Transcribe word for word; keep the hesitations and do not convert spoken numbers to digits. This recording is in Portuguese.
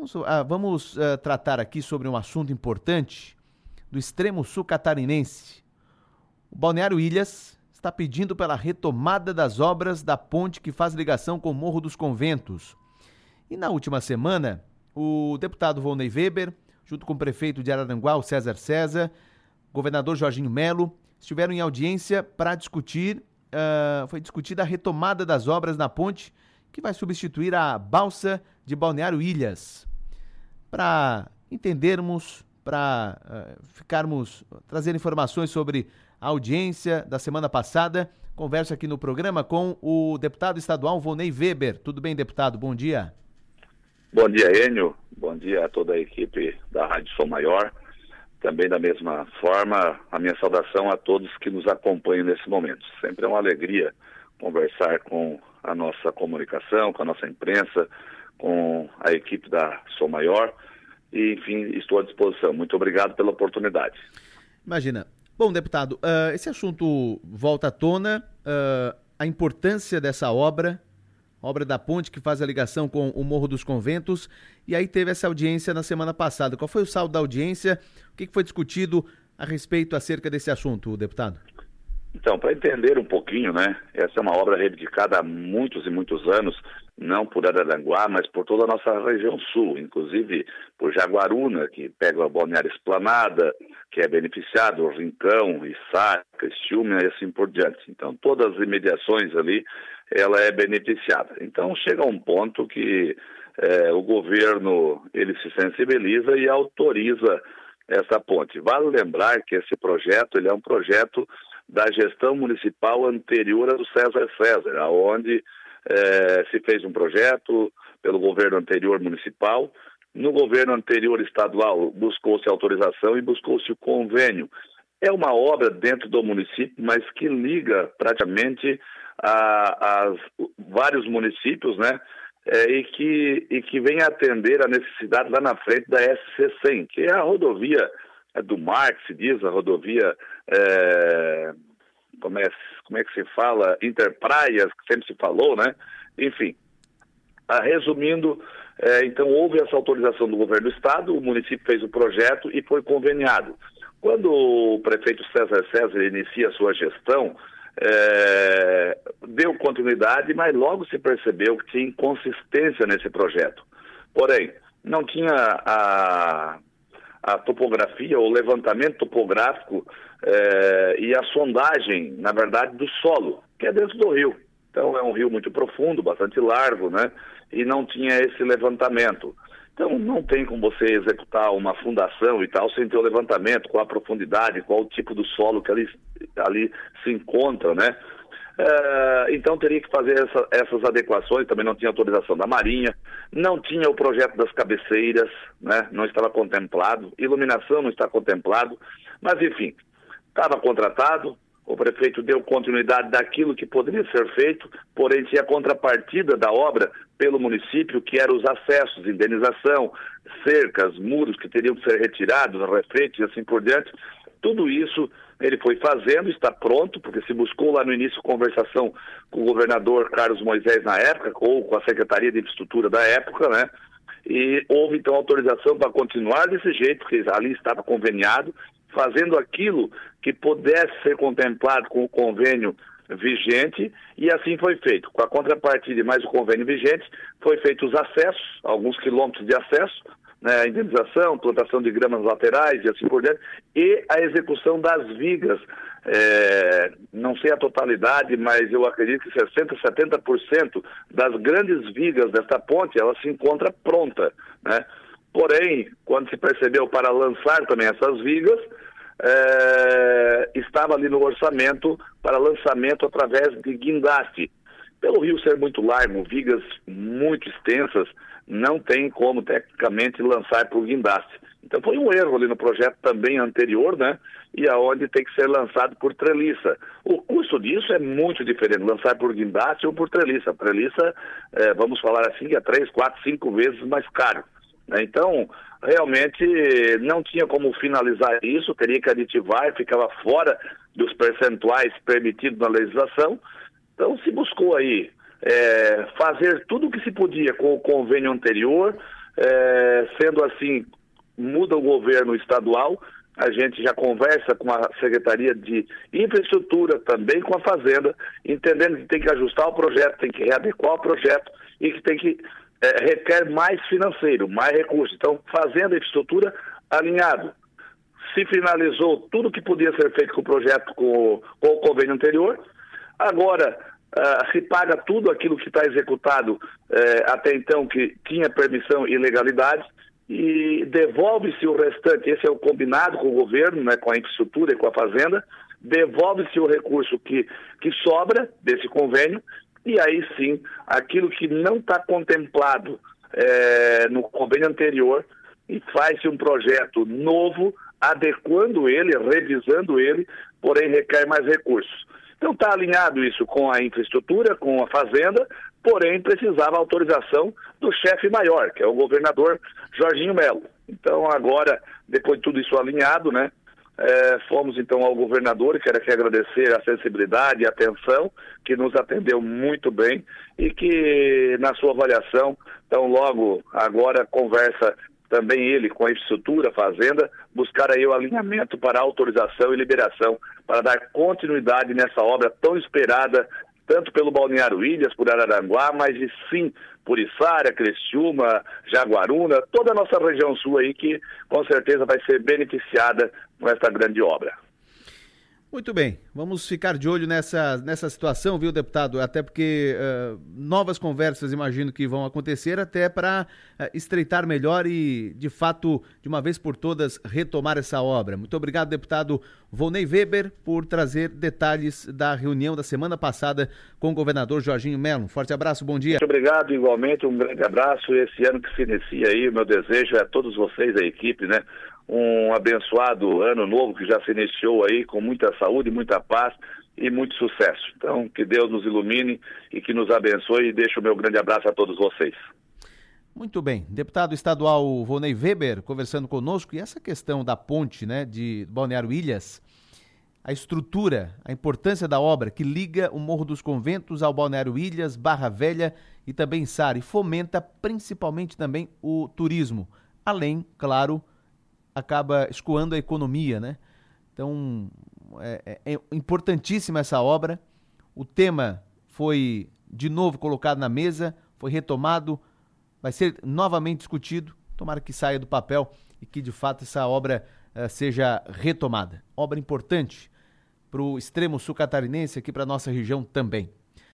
Vamos, ah, vamos uh, tratar aqui sobre um assunto importante do extremo sul catarinense. O Balneário Ilhas está pedindo pela retomada das obras da ponte que faz ligação com o Morro dos Conventos. E na última semana, o deputado Volney Weber, junto com o prefeito de Araranguá, o César César, governador Jorginho Melo, estiveram em audiência para discutir, uh, foi discutida a retomada das obras na ponte que vai substituir a balsa de Balneário Ilhas. Para entendermos, para uh, ficarmos, trazer informações sobre a audiência da semana passada, converso aqui no programa com o deputado estadual Volney Weber. Tudo bem, deputado? Bom dia. Bom dia, Enio. Bom dia a toda a equipe da Rádio Som Maior. Também, da mesma forma, a minha saudação a todos que nos acompanham nesse momento. Sempre é uma alegria conversar com a nossa comunicação, com a nossa imprensa, com a equipe da Som Maior. E, enfim, estou à disposição. Muito obrigado pela oportunidade. Imagina. Bom, deputado, uh, esse assunto volta à tona, uh, a importância dessa obra, obra da ponte que faz a ligação com o Morro dos Conventos, e aí teve essa audiência na semana passada. Qual foi o saldo da audiência? O que foi discutido a respeito acerca desse assunto, deputado? Então, para entender um pouquinho, né, essa é uma obra reivindicada há muitos e muitos anos, não por Araranguá, mas por toda a nossa região sul, inclusive por Jaguaruna, que pega a Balneária Esplanada, que é beneficiado, o Rincão, Issaca, Estiúmia e assim por diante. Então, todas as imediações ali, ela é beneficiada. Então, chega a um ponto que é, o governo, ele se sensibiliza e autoriza essa ponte. Vale lembrar que esse projeto, ele é um projeto da gestão municipal anterior a do César César, onde é, se fez um projeto pelo governo anterior municipal. No governo anterior estadual buscou-se autorização e buscou-se o convênio. É uma obra dentro do município, mas que liga praticamente a, a vários municípios, né? É, e, que, e que vem atender a necessidade lá na frente da S C cem, que é a rodovia do mar, que se diz, a rodovia, é, como, é, como é que se fala, Interpraias, que sempre se falou, né? Enfim, ah, resumindo, é, então houve essa autorização do governo do estado, o município fez o projeto e foi conveniado. Quando o prefeito César César inicia a sua gestão, é, deu continuidade, mas logo se percebeu que tinha inconsistência nesse projeto. Porém, não tinha a... a topografia, o levantamento topográfico eh, e a sondagem, na verdade, do solo, que é dentro do rio. Então é um rio muito profundo, bastante largo, né? E não tinha esse levantamento. Então não tem como você executar uma fundação e tal sem ter o levantamento, qual a profundidade, qual o tipo do solo que ali, ali se encontra, né? Uh, então teria que fazer essa, essas adequações. Também não tinha autorização da Marinha, não tinha o projeto das cabeceiras, né? Não estava contemplado, iluminação não está contemplado, mas enfim, estava contratado, o prefeito deu continuidade daquilo que poderia ser feito, porém tinha a contrapartida da obra pelo município, que eram os acessos, indenização, cercas, muros que teriam que ser retirados, refeitos e assim por diante. Tudo isso ele foi fazendo, está pronto, porque se buscou lá no início conversação com o governador Carlos Moisés na época, ou com a Secretaria de Infraestrutura da época, né? E houve então autorização para continuar desse jeito, porque ali estava conveniado, fazendo aquilo que pudesse ser contemplado com o convênio vigente, e assim foi feito. Com a contrapartida e mais o convênio vigente, foi feito os acessos, alguns quilômetros de acesso, né, a indenização, plantação de gramas laterais e assim por diante, e a execução das vigas. É, não sei a totalidade, mas eu acredito que sessenta por cento, setenta por cento das grandes vigas desta ponte, ela se encontra pronta, né? Porém, quando se percebeu para lançar também essas vigas, é, estava ali no orçamento para lançamento através de guindaste. Pelo rio ser muito largo, vigas muito extensas, não tem como tecnicamente lançar por guindaste. Então foi um erro ali no projeto também anterior, né? E aonde tem que ser lançado por treliça. O custo disso é muito diferente, lançar por guindaste ou por treliça. A treliça, é, vamos falar assim, é três, quatro, cinco vezes mais caro. Então, realmente não tinha como finalizar isso, teria que aditivar, ficava fora dos percentuais permitidos na legislação. Então se buscou aí é, fazer tudo o que se podia com o convênio anterior, É, sendo assim, muda o governo estadual, a gente já conversa com a Secretaria de Infraestrutura, também com a Fazenda, entendendo que tem que ajustar o projeto, tem que readequar o projeto e que tem que é, requer mais financeiro, mais recursos. Então, Fazenda e Infraestrutura alinhado. Se finalizou tudo que podia ser feito com o projeto, com, com o convênio anterior. Agora, uh, se paga tudo aquilo que está executado uh, até então, que tinha permissão e legalidade, e devolve-se o restante. Esse é o combinado com o governo, né, com a infraestrutura e com a Fazenda, devolve-se o recurso que, que sobra desse convênio, e aí sim, aquilo que não está contemplado uh, no convênio anterior, e faz-se um projeto novo, adequando ele, revisando ele, porém requer mais recursos. Então está alinhado isso com a infraestrutura, com a Fazenda, porém precisava autorização do chefe maior, que é o governador Jorginho Melo. Então agora, depois de tudo isso alinhado, né, é, fomos então ao governador, e quero aqui agradecer a sensibilidade e a atenção, que nos atendeu muito bem e que na sua avaliação, então logo agora conversa também ele com a infraestrutura, a Fazenda, buscar aí o alinhamento para autorização e liberação, para dar continuidade nessa obra tão esperada, tanto pelo Balneário Ilhas, por Araranguá, mas e sim por Içara, Criciúma, Jaguaruna, toda a nossa região sul aí, que com certeza vai ser beneficiada com esta grande obra. Muito bem, vamos ficar de olho nessa, nessa situação, viu, deputado? Até porque uh, novas conversas imagino que vão acontecer até para uh, estreitar melhor e, de fato, de uma vez por todas, retomar essa obra. Muito obrigado, deputado Volney Weber, por trazer detalhes da reunião da semana passada com o governador Jorginho Melo. Forte abraço, bom dia. Muito obrigado, igualmente, um grande abraço. Esse ano que se inicia aí, o meu desejo é a todos vocês, a equipe, né? Um abençoado ano novo que já se iniciou aí com muita saúde, muita paz e muito sucesso. Então, que Deus nos ilumine e que nos abençoe, e deixo o meu grande abraço a todos vocês. Muito bem. Deputado estadual Volney Weber conversando conosco, e essa questão da ponte, né, de Balneário Ilhas, a estrutura, a importância da obra que liga o Morro dos Conventos ao Balneário Ilhas, Barra Velha e também Içara, e fomenta principalmente também o turismo, além, claro, acaba escoando a economia, né? Então, é, é importantíssima essa obra. O tema foi, de novo, colocado na mesa, foi retomado, vai ser novamente discutido. Tomara que saia do papel e que, de fato, essa obra uh, seja retomada. Obra importante para o extremo sul catarinense, aqui para a nossa região também.